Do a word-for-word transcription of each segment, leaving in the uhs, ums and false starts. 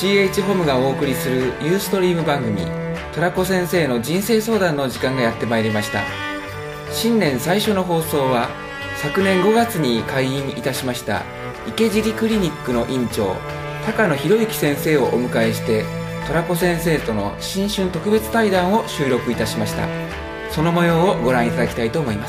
シーエイチ ホームがお送りするユーストリーム番組トラコ先生の人生相談の時間がやってまいりました。新年最初の放送は昨年ごがつに開院いたしました池尻クリニックの院長高野博之先生をお迎えしてトラコ先生との新春特別対談を収録いたしました。その模様をご覧いただきたいと思います。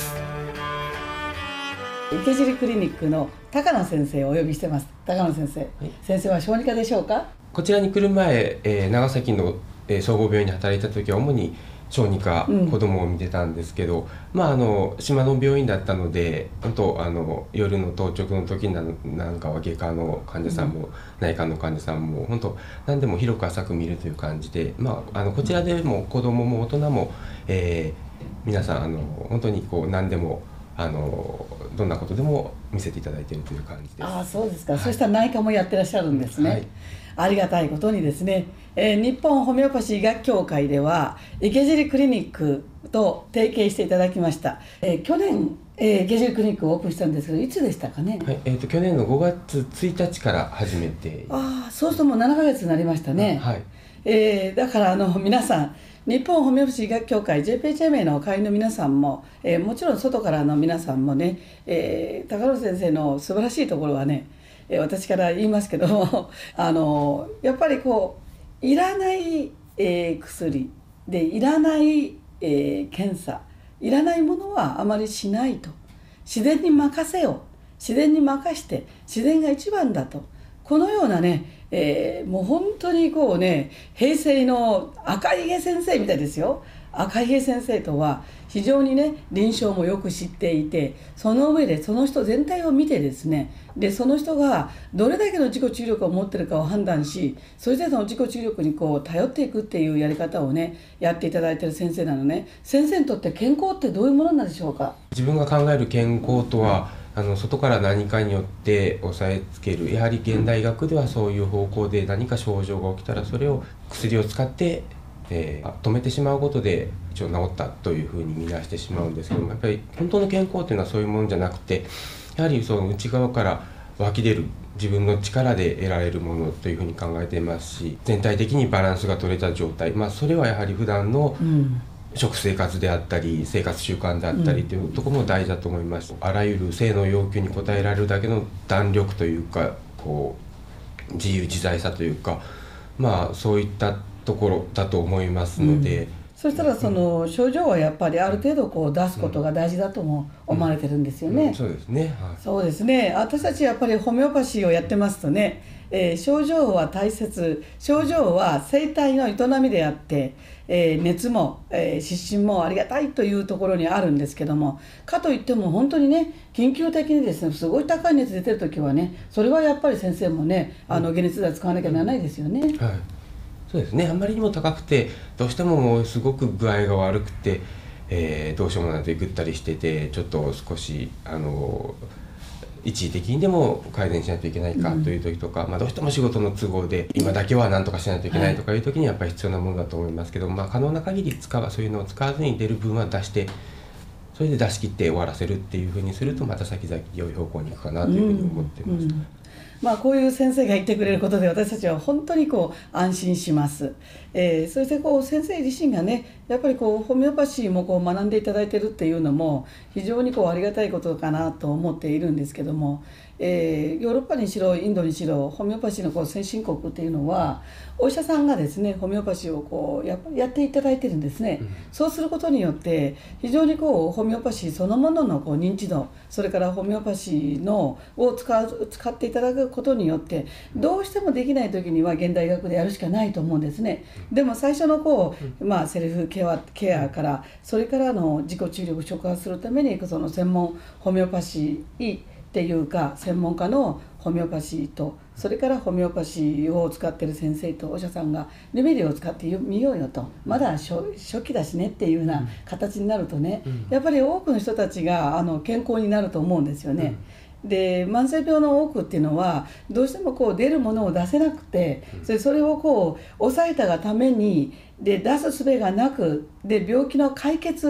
池尻クリニックの高野先生をお呼びしてます。高野先生、はい、先生は小児科でしょうか？ こちらに来る前、えー、長崎の、えー、総合病院で働いた時は主に小児科、うん、子供を見てたんですけど、まあ、あの島の病院だったので本当あの夜の当直の時なんなんかは外科の患者さんも、うん、内科の患者さんも本当何でも広く浅く見るという感じで、まあ、あのこちらでも子供も大人も、えー、皆さんあの本当にこう何でもあのどんなことでも見せていただいているという感じです。 ああ、そうですか、はい、そしたら内科もやってらっしゃるんですね、はい、ありがたいことにですね、えー、日本ホメオパシー医学協会では池尻クリニックと提携していただきました、えー、去年、えー、池尻クリニックをオープンしたんですけどいつでしたかね？ はい、えーと、去年のごがつついたちから始めて、 ああ、そうするともうななかげつになりましたね、 はい、 えー、だからあの皆さん日本ホメオパシー医学協会 ジェーピーエイチエムエー の会員の皆さんも、えー、もちろん外からの皆さんもね、えー、高野先生の素晴らしいところはね、えー、私から言いますけどもあのやっぱりこういらない、えー、薬でいらない、えー、検査いらないものはあまりしないと、自然に任せよう、自然に任して自然が一番だと、このようなね、えー、もう本当にこうね、平成の赤井先生みたいですよ。赤井先生とは非常にね臨床もよく知っていて、その上でその人全体を見てですね、でその人がどれだけの自己注力を持ってるかを判断し、それでその自己注力にこう頼っていくっていうやり方をねやっていただいている先生なのね。先生にとって健康ってどういうものなんでしょうか？ 自分が考える健康とは、あの外から何かによって抑えつける、やはり現代医学ではそういう方向で何か症状が起きたらそれを薬を使って、えー、止めてしまうことで一応治ったというふうに見なしてしまうんですけども、やっぱり本当の健康というのはそういうものじゃなくて、やはりその内側から湧き出る自分の力で得られるものというふうに考えていますし、全体的にバランスが取れた状態、まあ、それはやはり普段の、うん食生活であったり生活習慣であったりというところも大事だと思います、うん、あらゆる性の要求に応えられるだけの弾力というか、こう自由自在さというか、まあそういったところだと思いますので、うん、 そしたらその症状はやっぱりある程度こう出すことが大事だとも思われてるんですよね、 うんうん、そうですね、はい、 そうですね。私たちやっぱりホメオパシーをやってますとね、えー、症状は大切、症状は生体の営みであって、えー、熱も、えー、湿疹もありがたいというところにあるんですけども、かといっても本当にね緊急的にですねすごい高い熱出てる時はね、それはやっぱり先生もねあの解熱剤使わなきゃならないですよね、うん、 はい、そうですね。あんまりにも高くてどうしてももうすごく具合が悪くて、えー、どうしようもないとぐったりしてて、ちょっと少しあの一時的にでも改善しないといけないかという時とか、うんまあ、どうしても仕事の都合で今だけは何とかしないといけないとかいう時にやっぱり必要なものだと思いますけど、まあ、可能な限り使うそういうのを使わずに出る分は出して、それで出し切って終わらせるっていうふうにするとまた先々良い方向に行くかなというふうに思っています、うんうん、 まあ、こういう先生がいてくれることで私たちは本当にこう安心します、えー、そしてこう先生自身がねやっぱりこうホメオパシーもこう学んでいただいているっていうのも非常にこうありがたいことかなと思っているんですけども、えー、ヨーロッパにしろインドにしろホメオパシーのこう先進国っていうのはお医者さんがですねホメオパシーをこう や, やっていただいてるんですね、うん、そうすることによって非常にこうホメオパシーそのもののこう認知度、それからホメオパシーのを 使, う使っていただくことによってどうしてもできない時には現代医学でやるしかないと思うんですね。でも最初のこう、まあ、セルフケア、ケアからそれからの自己注力を触発するためにその専門ホメオパシーっていうか専門家のホメオパシーとそれからホメオパシーを使っている先生とお医者さんがルメリを使ってみようよと、まだ 初, 初期だしねっていうような形になるとね、やっぱり多くの人たちがあの健康になると思うんですよね。で慢性病の多くっていうのはどうしてもこう出るものを出せなくて、それそれをこう抑えたがためにで出す術がなくで病気の解決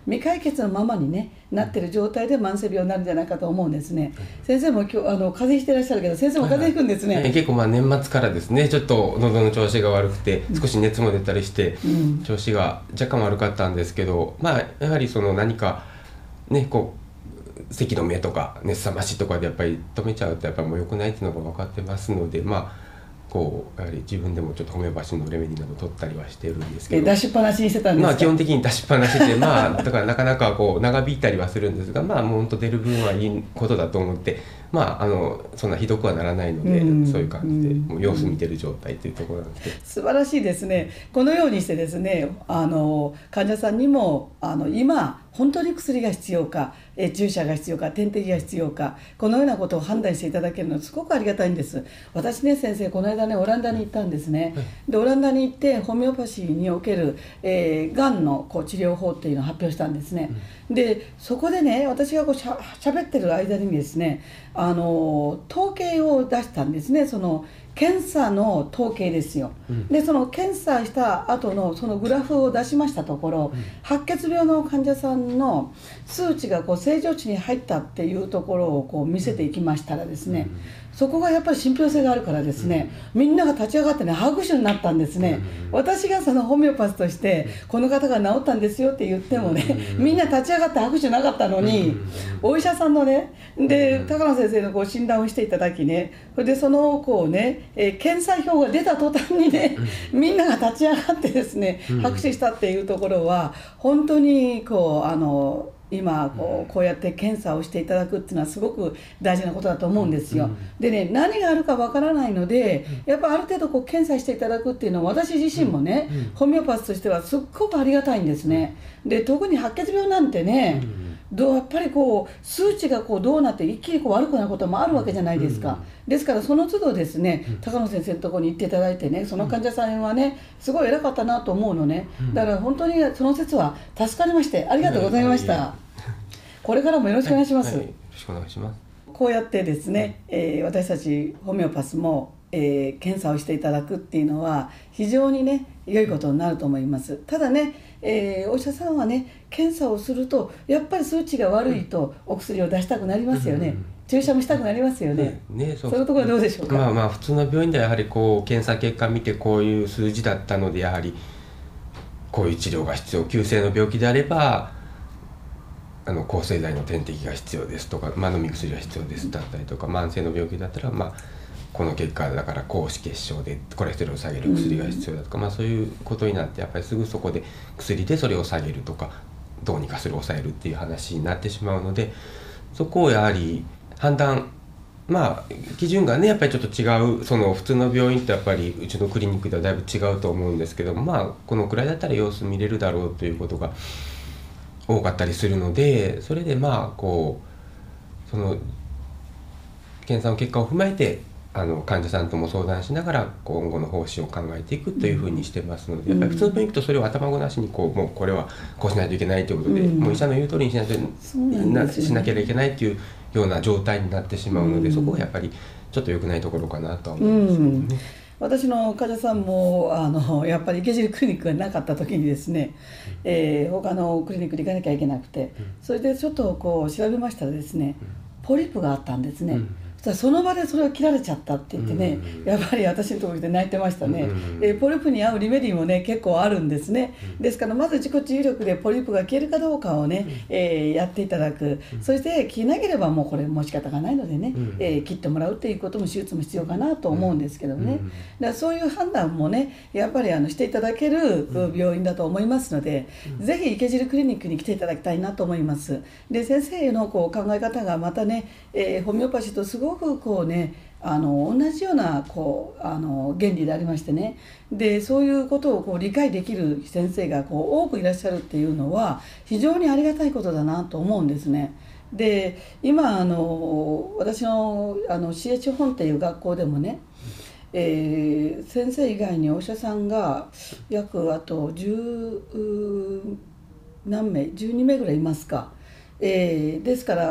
未解決のままに、ね、なってる状態で慢性病になるんじゃないかと思うんですね。先生も今日あの風邪ひいてらっしゃるけど、先生も風邪ひくんですね。 はい、結構まあ年末からですね、ちょっと喉の調子が悪くて少し熱も出たりして、うん、調子が若干悪かったんですけど、まあやはりその何かねこう咳の目とか熱さましとかでやっぱり止めちゃうとやっぱりもう良くないっていうのが分かってますので、まあこうやはり自分でもちょっとホメオパシーのレメディなど取ったりはしてるんですけど、 出しっぱなしにしてたんですか？ まあ基本的に出しっぱなしで、まあだからなかなかこう長引いたりはするんですが、まあもう本当出る分はいいことだと思って、まああのそんなひどくはならないので、うん、そういう感じでもう様子見てる状態というところなんですけど、 素晴らしいですね。このようにしてですね、あの患者さんにもあの今本当に薬が必要か、え注射が必要か、点滴が必要か、このようなことを判断していただけるのはすごくありがたいんです。私ね、先生この間ねオランダに行ったんですね。でオランダに行ってホメオパシーにおける、えー、がんのこう治療法っていうのを発表したんですね。でそこでね、私がこうしゃ喋ってる間にですね、あの統計を出したんですね。その検査の統計ですよ、うん、でその検査した後のそのグラフを出しましたところ、うん、白血病の患者さんの数値がこう正常値に入ったっていうところをこう見せていきましたらですね、うん、そこがやっぱり信憑性があるからですね、うん、みんなが立ち上がってね拍手になったんですね、うん、私がそのホメオパスとしてこの方が治ったんですよって言ってもね、うん、みんな立ち上がって拍手なかったのに、うん、お医者さんのねで高野先生のこう診断をしていただきね、それでそのこうねえー、検査表が出た途端にね、うん、みんなが立ち上がってですね、うん、拍手したっていうところは本当にこうあの今こう、こうやって検査をしていただくっていうのはすごく大事なことだと思うんですよ、うん、でね何があるかわからないのでやっぱある程度こう検査していただくっていうのは私自身もね、うん、ホメオパスとしてはすっごくありがたいんですね。で特に白血病なんてね、うんどうやっぱりこう数値がこうどうなって一気にこう悪くなることもあるわけじゃないですか、うん、ですからその都度ですね、うん、高野先生のところに行っていただいてね、その患者さんはねすごい偉かったなと思うのね、うん、だから本当にその説は助かりましてありがとうございました、はい、これからもよろしくお願いします、はいはい、よろしくお願いします。 こうやってですね、えー、私たちホメオパスもえー、検査をしていただくっていうのは非常にね良いことになると思います。ただね、えー、お医者さんはね検査をするとやっぱり数値が悪いとお薬を出したくなりますよね、うん、注射もしたくなりますよね、ねね、そうそういうところはどうでしょうか。 まあまあ普通の病院ではやはりこう検査結果見てこういう数字だったのでやはりこういう治療が必要、急性の病気であればあの抗生剤の点滴が必要ですとか、まあ、飲み薬が必要ですだったりとか、慢性の病気だったらまあこの結果だから高脂血症でコレステロールを下げる薬が必要だとか、うんまあ、そういうことになってやっぱりすぐそこで薬でそれを下げるとかどうにかする抑えるっていう話になってしまうので、そこをやはり判断まあ基準がねやっぱりちょっと違う、その普通の病院とやっぱりうちのクリニックではだいぶ違うと思うんですけど、まあこのくらいだったら様子見れるだろうということが多かったりするので、それでまあこうその検査の結果を踏まえてあの患者さんとも相談しながら今後の方針を考えていくというふうにしてますので、やっぱり普通の病院行くとそれを頭ごなしにこうもうこれはこうしないといけないということで、うん、もう医者の言う通りにしないとなしなければいけないというような状態になってしまうので、うん、そこがやっぱりちょっと良くないところかなとは思いますけどね、うん、 私の患者さんもあのやっぱり池尻クリニックがなかった時にですね、うんえー、他のクリニックに行かなきゃいけなくて、うん、それでちょっとこう調べましたらですね、うん、ポリープがあったんですね、うんその場でそれを切られちゃったって言ってね、うん、やっぱり私のところで泣いてましたね、うんえー、ポリープに合うリメディもね結構あるんですね、うん、ですからまず自己治癒力でポリープが消えるかどうかをね、うんえー、やっていただく、うん、そして消えなければもうこれもう仕方がないのでね、うんえー、切ってもらうっていうことも手術も必要かなと思うんですけどね、うん、だからそういう判断もねやっぱりあのしていただける病院だと思いますので、うん、ぜひ池尻クリニックに来ていただきたいなと思います。で先生のこう考え方がまたね、えー、ホメオパシーとすごくこうねあの同じようなこうあの原理でありましてね、でそういうことをこう理解できる先生がこう多くいらっしゃるっていうのは非常にありがたいことだなと思うんですね。で今あの私のあの シーエイチ 本っていう学校でもね、えー、先生以外にお医者さんが約あとじゅう何名じゅうに名ぐらいいますか、えー、ですから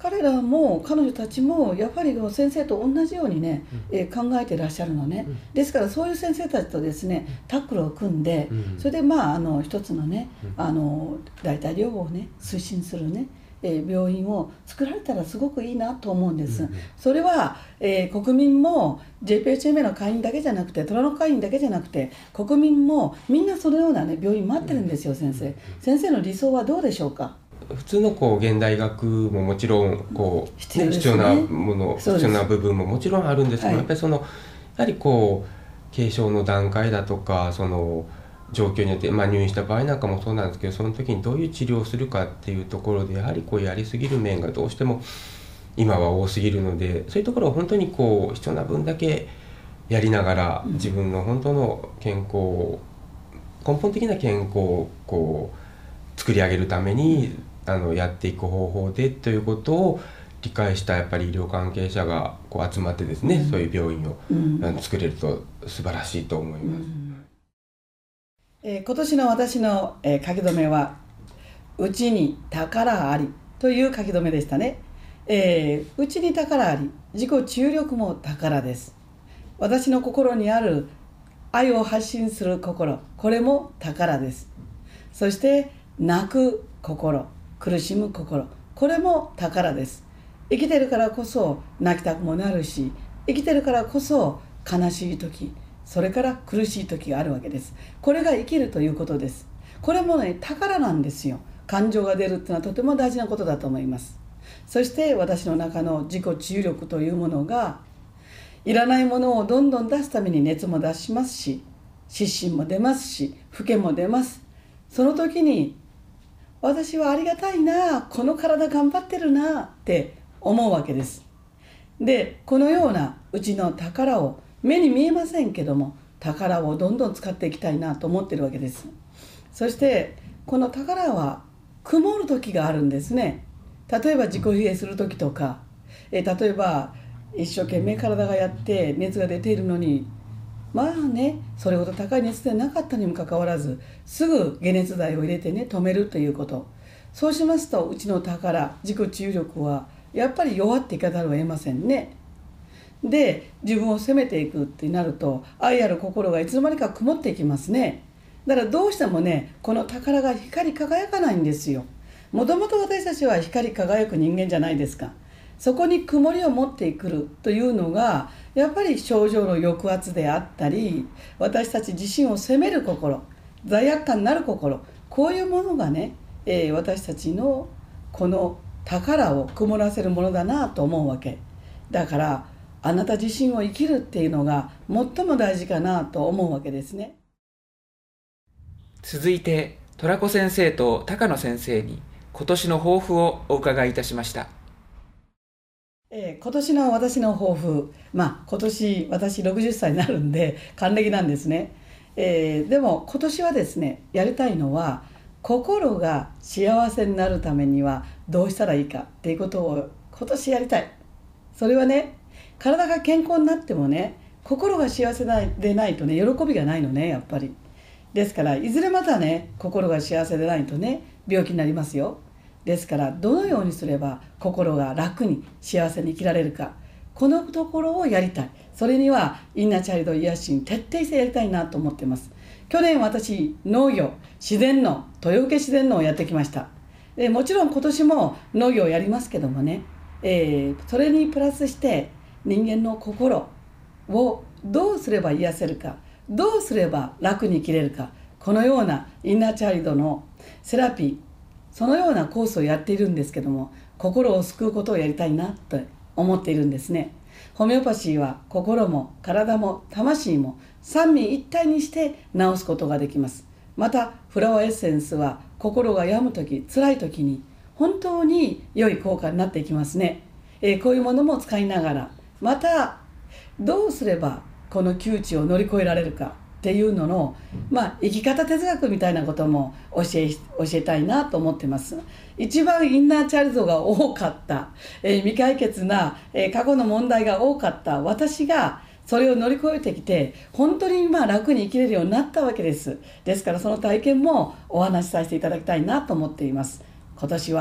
彼らも彼女たちもやっぱり先生と同じようにね、うん、えー、考えていらっしゃるのね、うん、ですからそういう先生たちとですねタッグルを組んで、うん、それでまああの一つのね、うん、あの代替療法をね推進するね、えー、病院を作られたらすごくいいなと思うんです、うん、それは、えー、国民も ジェイピーエイチエムエー の会員だけじゃなくて虎の会員だけじゃなくて国民もみんなそのような、ね、病院待ってるんですよ。先生先生の理想はどうでしょうか。 普通のこう現代学ももちろんこう、 必要ですね、 必要なもの必要な部分ももちろんあるんですけど、はい、やっぱりそのやはりこう軽症の段階だとかその状況によって、まあ、入院した場合なんかもそうなんですけどその時にどういう治療をするかっていうところでやはりこうやりすぎる面がどうしても今は多すぎるのでそういうところを本当にこう必要な分だけやりながら自分の本当の健康を根本的な健康をこう作り上げるためにあのやっていく方法でということを理解したやっぱり医療関係者がこう集まってですね、うん、そういう病院を、うん、作れると素晴らしいと思います、うん、 えー、今年の私の、えー、書き留めはうちに宝ありという書き留めでしたね。えー、うちに宝あり、自己注力も宝です。私の心にある愛を発信する心、これも宝です。そして泣く心、苦しむ心、これも宝です。生きてるからこそ泣きたくもなるし、生きてるからこそ悲しい時、それから苦しい時があるわけです。これが生きるということです。これもね、宝なんですよ。感情が出るっていうのはとても大事なことだと思います。そして私の中の自己注力というものが、いらないものをどんどん出すために熱も出しますし、失神も出ますし、老けも出ます。その時に私はありがたいな、この体頑張ってるなって思うわけです。で、このようなうちの宝を目に見えませんけども、宝をどんどん使っていきたいなと思ってるわけです。そしてこの宝は曇る時があるんですね。例えば自己疲弊する時とか、え例えば一生懸命体がやって熱が出ているのに、まあね、それほど高い熱でなかったにもかかわらずすぐ解熱剤を入れてね止めるということ。そうしますとうちの宝、自己注力はやっぱり弱っていかざるを得ませんね。で、自分を責めていくってなると愛ある心がいつの間にか曇っていきますね。だからどうしてもね、この宝が光り輝かないんですよ。もともと私たちは光り輝く人間じゃないですか。そこに曇りを持ってくるというのがやっぱり症状の抑圧であったり、私たち自身を責める心、罪悪感になる心、こういうものがね、えー、私たちのこの宝を曇らせるものだなと思うわけだから、あなた自身を生きるっていうのが最も大事かなと思うわけですね。 続いて虎子先生と高野先生に今年の抱負をお伺いいたしました。 えー、今年の私の抱負、まあ今年私ろくじゅっさいになるんで還暦なんですね。えー、でも今年はですね、やりたいのは心が幸せになるためにはどうしたらいいかっていうことを今年やりたい。それはね、体が健康になってもね、心が幸せでないとね、喜びがないのね、やっぱり。ですからいずれまたね、心が幸せでないとね、病気になりますよ。ですからどのようにすれば心が楽に幸せに生きられるか、このところをやりたい。それにはインナーチャイルド癒しに徹底してやりたいなと思っています。去年私農業、自然農、豊受自然農をやってきました。でもちろん今年も農業をやりますけどもね、えー、それにプラスして人間の心をどうすれば癒せるか、どうすれば楽に生きれるか、このようなインナーチャイルドのセラピー、そのようなコースをやっているんですけども、心を救うことをやりたいなと思っているんですね。ホメオパシーは心も体も魂も三位一体にして治すことができます。またフラワーエッセンスは心が病むとき、辛いときに本当に良い効果になっていきますね。えー、こういうものも使いながら、またどうすればこの窮地を乗り越えられるかっていうのの、まあ、生き方哲学みたいなことも教え、教えたいなと思ってます。一番インナーチャイルドが多かった、えー、未解決な、えー、過去の問題が多かった私がそれを乗り越えてきて、本当にまあ楽に生きれるようになったわけです。ですからその体験もお話しさせていただきたいなと思っています。今年は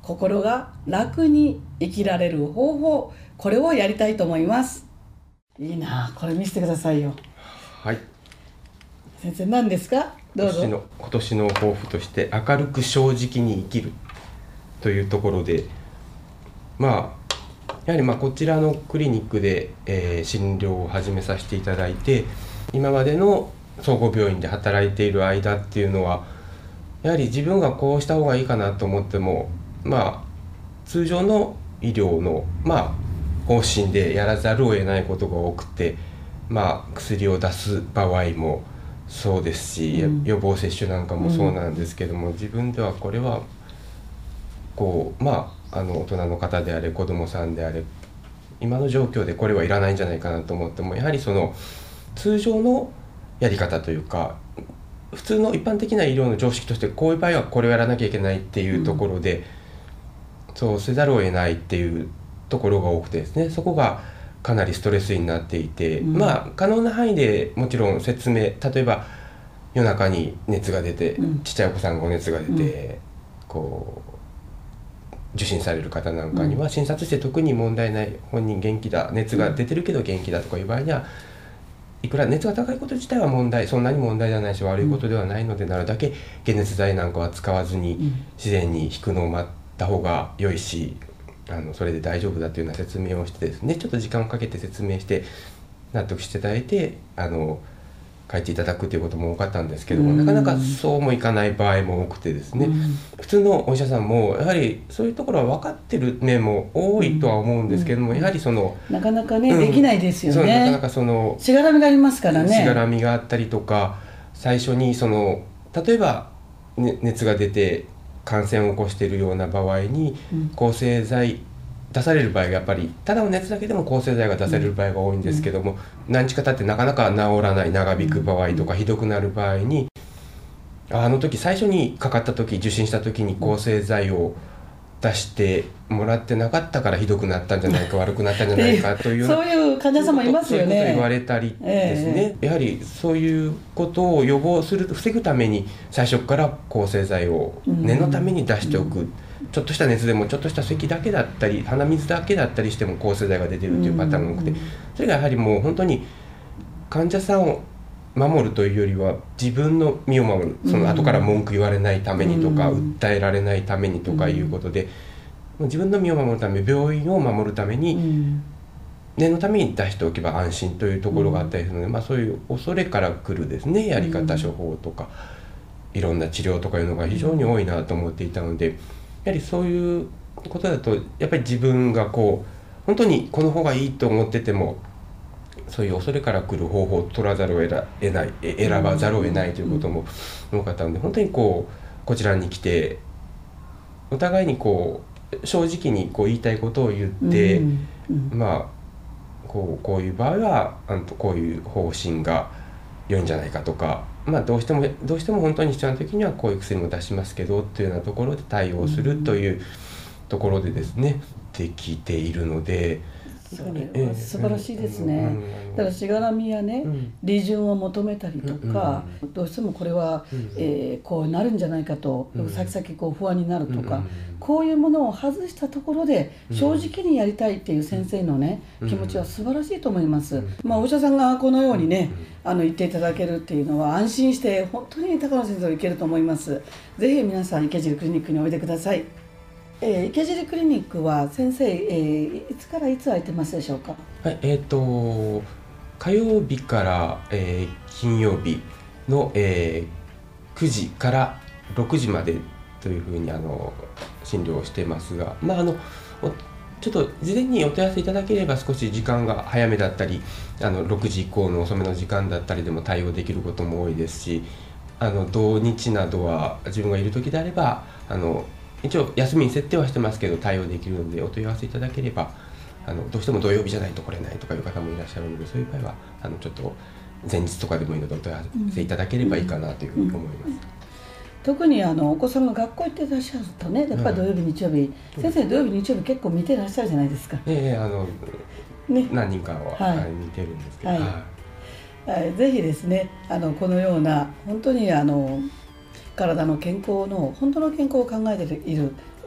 心が楽に生きられる方法、これをやりたいと思います。いいな、これ見せてくださいよ。 はい、 先生、何ですか？どうぞ。 今年の今年の抱負として、明るく正直に生きるというところで、まあやはりまあこちらのクリニックで、えー、診療を始めさせていただいて、今までの総合病院で働いている間っていうのは、やはり自分がこうした方がいいかなと思っても、まあ通常の医療のまあ方針でやらざるを得ないことが多くて、まあ薬を出す場合もそうですし、うん、予防接種なんかもそうなんですけども、うん、自分ではこれはこうまああの大人の方であれ子どもさんであれ、今の状況でこれはいらないんじゃないかなと思っても、やはりその通常のやり方というか、普通の一般的な医療の常識として、こういう場合はこれをやらなきゃいけないっていうところで、うん、そうせざるを得ないっていうところが多くてですね、そこがかなりストレスになっていて、うん、まあ可能な範囲でもちろん説明、例えば夜中に熱が出て、うん、ちっちゃいお子さんがお熱が出て、うん、こう受診される方なんかには、うん、診察して特に問題ない、本人元気だ、熱が出てるけど元気だとかいう場合には、いくら熱が高いこと自体は問題、そんなに問題ではないし悪いことではないので、なるだけ解熱剤なんかは使わずに自然に引くのを待った方が良いし、あのそれで大丈夫だというような説明をしてですね、ちょっと時間をかけて説明して納得していただいて、あの書いていただくということも多かったんですけども、なかなかそうもいかない場合も多くてですね、うん、普通のお医者さんもやはりそういうところは分かってる面も多いとは思うんですけども、うん、やはりそのなかなかね、うん、できないですよね。 そう、なかなかそのしがらみがありますからね。 しがらみがあったりとか、最初にその例えば、ね、熱が出て感染を起こしているような場合に、うん、抗生剤出される場合がやっぱりただの熱だけでも抗生剤が出される場合が多いんですけども、うん、何日か経ってなかなか治らない、長引く場合とか、うん、ひどくなる場合に、あの時最初にかかった時、受診した時に抗生剤を出してもらってなかったからひどくなったんじゃないか、悪くなったんじゃないかというそういう患者様いますよね。 そういうこと言われたりですね、えー、やはりそういうことを予防する、防ぐために最初から抗生剤を念のために出しておく、うん、ちょっとした熱でもちょっとした咳だけだったり鼻水だけだったりしても抗生剤が出てるというパターンが多くて、それがやはりもう本当に患者さんを守るというよりは自分の身を守る、その後から文句言われないためにとか、訴えられないためにとかいうことで、自分の身を守るため、病院を守るために念のために出しておけば安心というところがあったりするので、まあ、そういう恐れから来るですね、やり方、処方とかいろんな治療とかいうのが非常に多いなと思っていたので、やはりそういうことだとやっぱり自分がこう本当にこの方がいいと思ってても、そういう恐れから来る方法を取らざるを得ない、選ばざるを得ないということも多かったので、本当にこうこちらに来てお互いにこう正直にこう言いたいことを言って、うんうん、まあこうこういう場合はあのこういう方針が良いんじゃないかとか、まあ、どうしてもどうしても本当に必要な時にはこういう薬も出しますけどというようなところで対応するというところでですね、できているので。 それは素晴らしいですね。だからしがらみやね、うん、利潤を求めたりとか、うん、どうしてもこれは、うん、えー、こうなるんじゃないかと、うん、先々こう不安になるとか、うん、こういうものを外したところで正直にやりたいっていう先生のね、うん、気持ちは素晴らしいと思います。うん、まあお医者さんがこのようにね、あの言っていただけるっていうのは安心して本当に高野先生はいけると思います。ぜひ皆さん池尻クリニックにおいでください。えー、池尻クリニックは先生、えー、いつからいつ空いてますでしょうか？ はい、えーと火曜日から、えー、金曜日の、えー、くじからろくじまでというふうにあの診療をしてますが、まああのちょっと事前にお問い合わせいただければ少し時間が早めだったり、あのろくじ以降の遅めの時間だったりでも対応できることも多いですし、あの土日などは自分がいる時であればあの一応休みに設定はしてますけど対応できるので、お問い合わせいただければ、あのどうしても土曜日じゃないと来れないとかいう方もいらっしゃるので、そういう場合はあのちょっと前日とかでもいいのでお問い合わせいただければいいかなというふうに思います。うんうんうん、 特にあのお子さんが学校行ってらっしゃるとね、やっぱり土曜日、日曜日、うん、先生土曜日、日曜日結構見てらっしゃるじゃないですか。 ええー、あの、ね、何人かは、はいはい、見てるんですけど、はいはい、ぜひですね、あのこのような本当にあの体の健康の本当の健康を考えている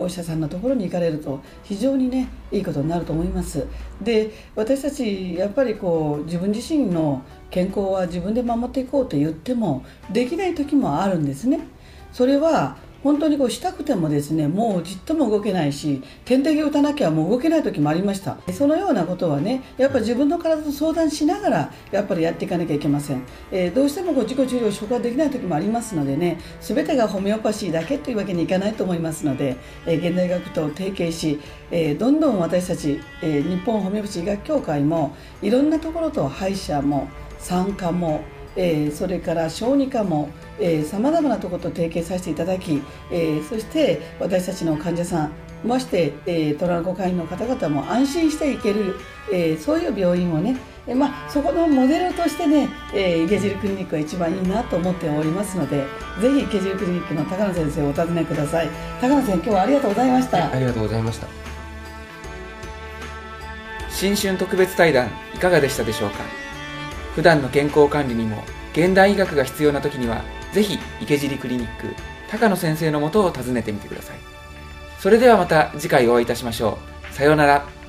お医者さんのところに行かれると非常にねいいことになると思います。で、私たちやっぱりこう自分自身の健康は自分で守っていこうと言ってもできない時もあるんですね。それは本当にこうしたくてもですね、もうじっとも動けないし、点滴を打たなきゃもう動けない時もありました。そのようなことはね、やっぱり自分の体と相談しながらやっぱりやっていかなきゃいけません。えー、どうしてもこう自己治療を消化できない時もありますのでね、全てがホメオパシーだけというわけにいかないと思いますので、えー、現代学と提携し、えー、どんどん私たち、えー、日本ホメオパシー医学協会もいろんなところと歯医者も産科もえー、それから小児科もさまざまなところと提携させていただき、えー、そして私たちの患者さんまして、えー、トランコ会員の方々も安心していける、えー、そういう病院をね、えーまあ、そこのモデルとしてね、えー、池尻クリニックが一番いいなと思っておりますので、ぜひ池尻クリニックの高野先生をお尋ねください。高野先生、今日はありがとうございました。 ありがとうございました。 新春特別対談いかがでしたでしょうか。普段の健康管理にも現代医学が必要な時にはぜひ池尻クリニック高野先生のもとを訪ねてみてください。それではまた次回お会いいたしましょう。さようなら。